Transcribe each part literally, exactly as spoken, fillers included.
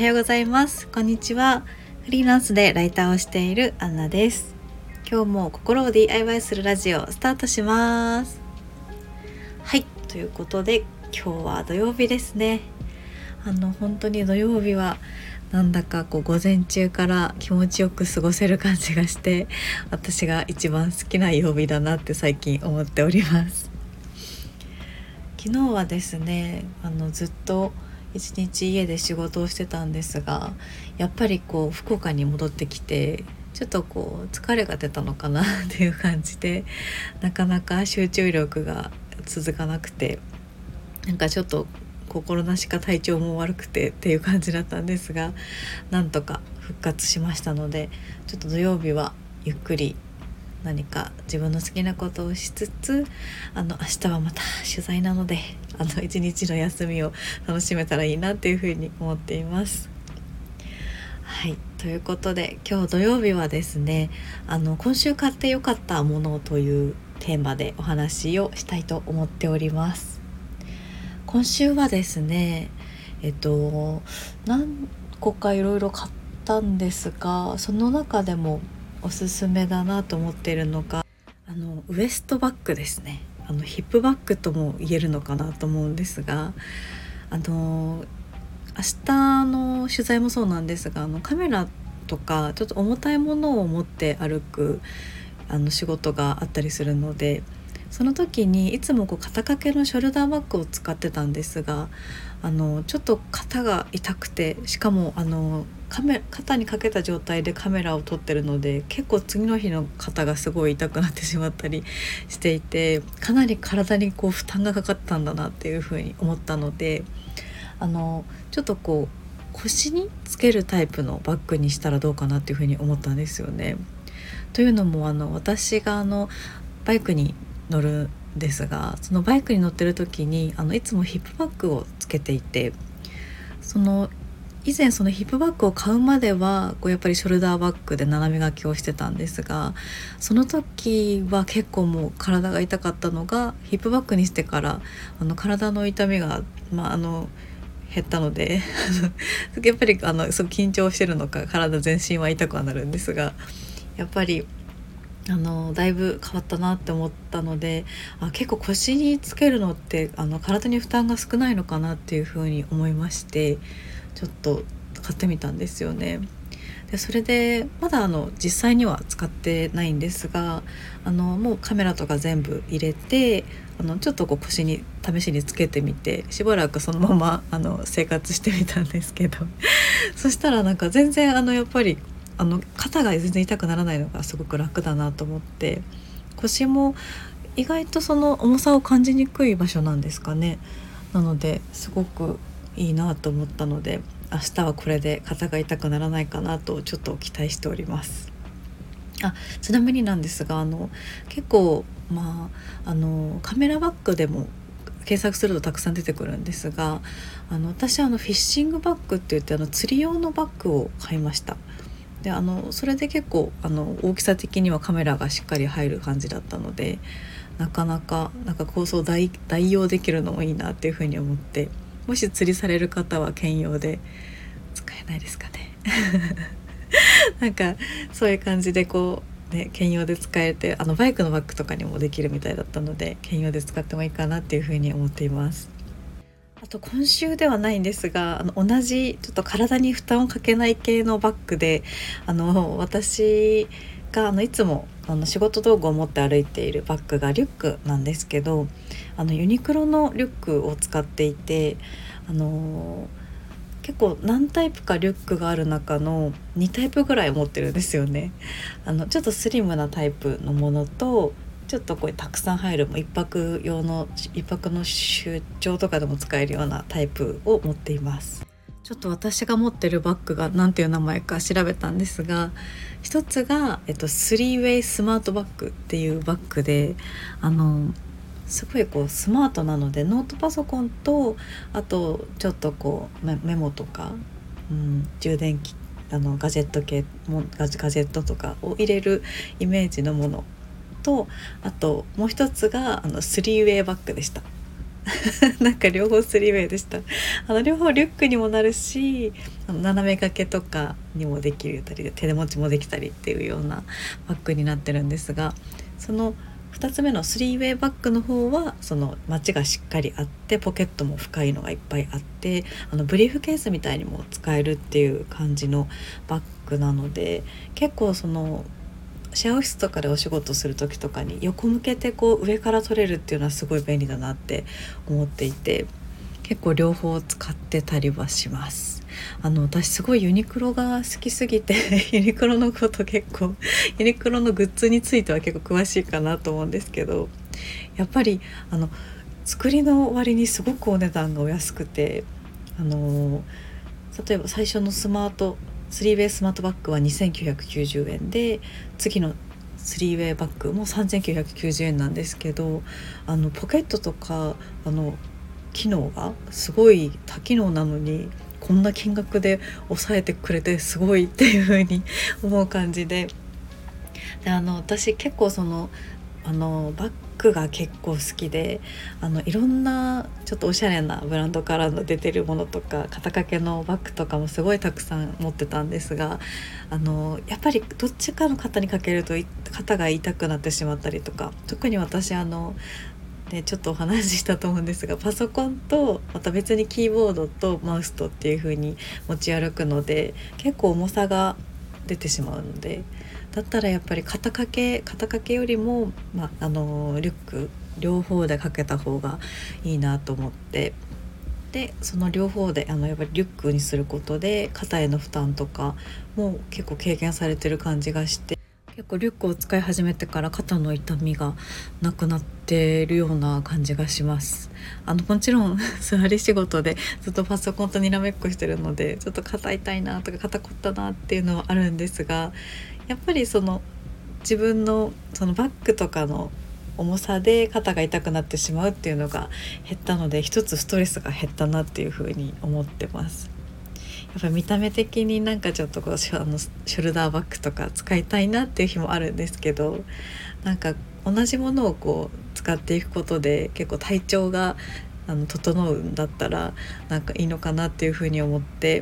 はようございます。こんにちは。フリーランスでライターをしているアンナです。今日も心を ディーアイワイ するラジオスタートします。はい、ということで今日は土曜日ですね。あの本当に土曜日はなんだかこう午前中から気持ちよく過ごせる感じがして、私が一番好きな曜日だなって最近思っております。昨日はですね、あのずっと一日家で仕事をしてたんですが、やっぱりこう福岡に戻ってきてちょっとこう疲れが出たのかなっていう感じで、なかなか集中力が続かなくて、なんかちょっと心なしか体調も悪くてっていう感じだったんですが、なんとか復活しましたので、ちょっと土曜日はゆっくり何か自分の好きなことをしつつ、あの明日はまた取材なので、あの一日の休みを楽しめたらいいなっていうふうに思っています。はい、ということで今日土曜日はですね、あの今週買ってよかったものというテーマでお話をしたいと思っております。今週はですね、えっと何個かいろいろ買ったんですが、その中でもおすすめだなと思っているのが、あのウエストバッグですね。あのヒップバッグとも言えるのかなと思うんですが、あの明日の取材もそうなんですが、あのカメラとかちょっと重たいものを持って歩くあの仕事があったりするので、その時にいつもこう肩掛けのショルダーバッグを使ってたんですが、あのちょっと肩が痛くて、しかもあのカメ肩にかけた状態でカメラを撮ってるので、結構次の日の肩がすごい痛くなってしまったりしていて、かなり体にこう負担がかかったんだなっていうふうに思ったので、あのちょっとこう腰につけるタイプのバッグにしたらどうかなっていうふうに思ったんですよね。というのも、あの私があのバイクに乗るんですが、そのバイクに乗ってる時にあのいつもヒップバッグをつけていて、その以前そのヒップバッグを買うまではこうやっぱりショルダーバッグで斜め書きをしてたんですが、その時は結構もう体が痛かったのが、ヒップバッグにしてからあの体の痛みが、まあ、あの減ったのでやっぱりあのすごく緊張してるのか体全身は痛くはなるんですが、やっぱりあのだいぶ変わったなって思ったので、あ結構腰につけるのってあの体に負担が少ないのかなっていうふうに思いまして、ちょっと買ってみたんですよね。でそれでまだあの実際には使ってないんですが、あのもうカメラとか全部入れて、あのちょっとこう腰に試しにつけてみて、しばらくそのままあの生活してみたんですけどそしたらなんか全然あのやっぱりあの肩が全然痛くならないのがすごく楽だなと思って、腰も意外とその重さを感じにくい場所なんですかね。なのですごくいいなと思ったので、明日はこれで肩が痛くならないかなとちょっと期待しております。あちなみになんですが、あの結構まああのカメラバッグでも検索するとたくさん出てくるんですが、あの私はあのフィッシングバッグって言って、あの釣り用のバッグを買いました。であのそれで結構あの大きさ的にはカメラがしっかり入る感じだったので、なかなかなんか構想 代, 代用できるのもいいなっていうふうに思って、もし釣りされる方は兼用で使えないですかねなんかそういう感じでこうね、兼用で使えて、あのバイクのバッグとかにもできるみたいだったので、兼用で使ってもいいかなっていうふうに思っています。あと今週ではないんですが、あの同じちょっと体に負担をかけない系のバッグで、あの私があのいつもあの仕事道具を持って歩いているバッグがリュックなんですけど、あのユニクロのリュックを使っていて、あの結構何タイプかリュックがある中のにタイプぐらい持ってるんですよね。あのちょっとスリムなタイプのものと、ちょっとこうたくさん入るも一泊用の一泊の出張とかでも使えるようなタイプを持っています。ちょっと私が持ってるバッグが何ていう名前か調べたんですが、一つが、えっと、スリーウェイスマートバッグっていうバッグで、あのすごいこうスマートなので、ノートパソコンとあとちょっとこうメメモとか、うん、充電器あのガジェット系もガジ、ガジェットとかを入れるイメージのものと、あともう一つがあのスリーウェイバッグでした。 なんか両方スリーウェイでした。あの両方リュックにもなるし、あの斜め掛けとかにもできるたり手で持ちもできたりっていうようなバッグになってるんですが、そのふたつめのスリーウェイバッグの方はそのマチがしっかりあってポケットも深いのがいっぱいあって、あのブリーフケースみたいにも使えるっていう感じのバッグなので、結構そのシェアオフィスとかでお仕事する時とかに横向けてこう上から取れるっていうのはすごい便利だなって思っていて、結構両方使ってたりはします。あの私すごいユニクロが好きすぎてユニクロのこと結構ユニクロのグッズについては結構詳しいかなと思うんですけど、やっぱりあの作りの割にすごくお値段がお安くて、あの例えば最初のスマートスリーウェイスマートバッグはにせんきゅうひゃくきゅうじゅうえんで、次のスリーウェイバッグもさんぜんきゅうひゃくきゅうじゅうえんなんですけど、あのポケットとかあの機能がすごい多機能なのにこんな金額で抑えてくれてすごいっていう風に思う感じで、であの私結構そのあのバッグが結構好きで、あのいろんなちょっとおしゃれなブランドからの出てるものとか肩掛けのバッグとかもすごいたくさん持ってたんですが、あのやっぱりどっちかの肩にかけると肩が痛くなってしまったりとか、特に私あのでちょっとお話ししたと思うんですが、パソコンとまた別にキーボードとマウスとっていう風に持ち歩くので結構重さが出てしまうので、だったらやっぱり肩掛け肩掛けよりも、まあ、あのリュック両方でかけた方がいいなと思って、でその両方であのやっぱりリュックにすることで肩への負担とかも結構軽減されてる感じがして、結構リュックを使い始めてから肩の痛みがなくなっているような感じがします。あのもちろん座り仕事でずっとパソコンとにらめっこしてるのでちょっと肩痛いなとか肩こったなっていうのはあるんですが、やっぱりその自分のそのバッグとかの重さで肩が痛くなってしまうっていうのが減ったので、一つストレスが減ったなっていうふうに思ってます。やっぱり見た目的になんかちょっとこうショあのショルダーバッグとか使いたいなっていう日もあるんですけど、なんか同じものをこう使っていくことで結構体調があの整うんだったらなんかいいのかなっていうふうに思って、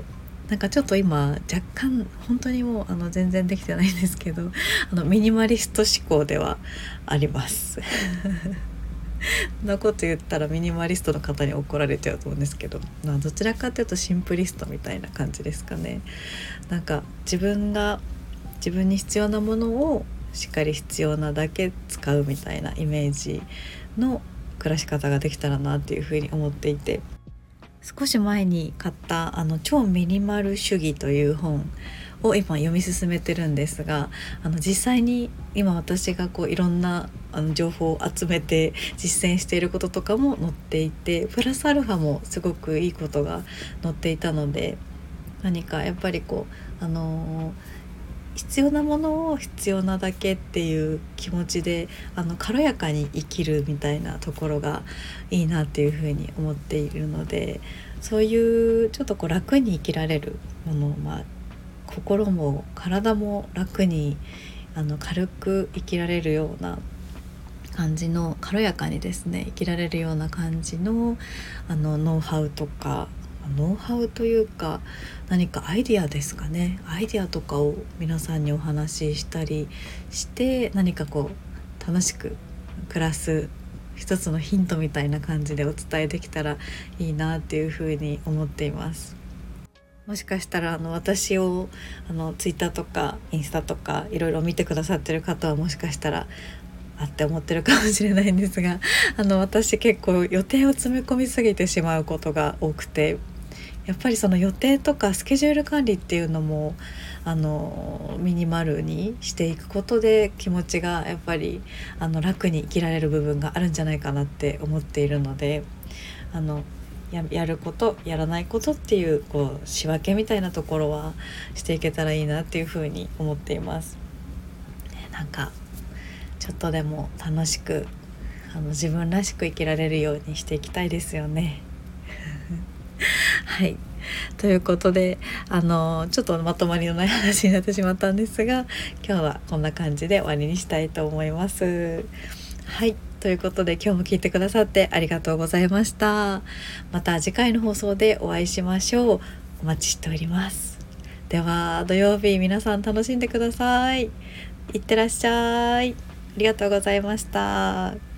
なんかちょっと今若干本当にもうあの全然できてないんですけど、あのミニマリスト思考ではありますそんなこと言ったらミニマリストの方に怒られちゃうと思うんですけど、まあ、どちらかというとシンプリストみたいな感じですかね。なんか自分が自分に必要なものをしっかり必要なだけ使うみたいなイメージの暮らし方ができたらなっていうふうに思っていて、少し前に買ったあの超ミニマル主義という本を今読み進めてるんですが、あの実際に今私がこういろんなあの情報を集めて実践していることとかも載っていて、プラスアルファもすごくいいことが載っていたので、何かやっぱりこうあのー必要なものを必要なだけっていう気持ちであの軽やかに生きるみたいなところがいいなっていうふうに思っているので、そういうちょっとこう楽に生きられるもの、まあ、心も体も楽にあの軽く生きられるような感じの、軽やかにですね生きられるような感じの、あのノウハウとかノウハウというか何かアイディアですかね、アイディアとかを皆さんにお話ししたりして、何かこう楽しく暮らす一つのヒントみたいな感じでお伝えできたらいいなっていうふうに思っています。もしかしたらあの私をあのツイッターとかインスタとかいろいろ見てくださってる方はもしかしたらあって思ってるかもしれないんですが、あの私結構予定を詰め込みすぎてしまうことが多くて、やっぱりその予定とかスケジュール管理っていうのもあのミニマルにしていくことで気持ちがやっぱりあの楽に生きられる部分があるんじゃないかなって思っているので、あの や, やることやらないことっていう、こう仕分けみたいなところはしていけたらいいなっていうふうに思っています。なんかちょっとでも楽しくあの自分らしく生きられるようにしていきたいですよねはい、ということであのちょっとまとまりのない話になってしまったんですが、今日はこんな感じで終わりにしたいと思います。はい、 ということで今日も聞いてくださってありがとうございました。また次回の放送でお会いしましょう。お待ちしております。では土曜日皆さん楽しんでください。いってらっしゃい。ありがとうございました。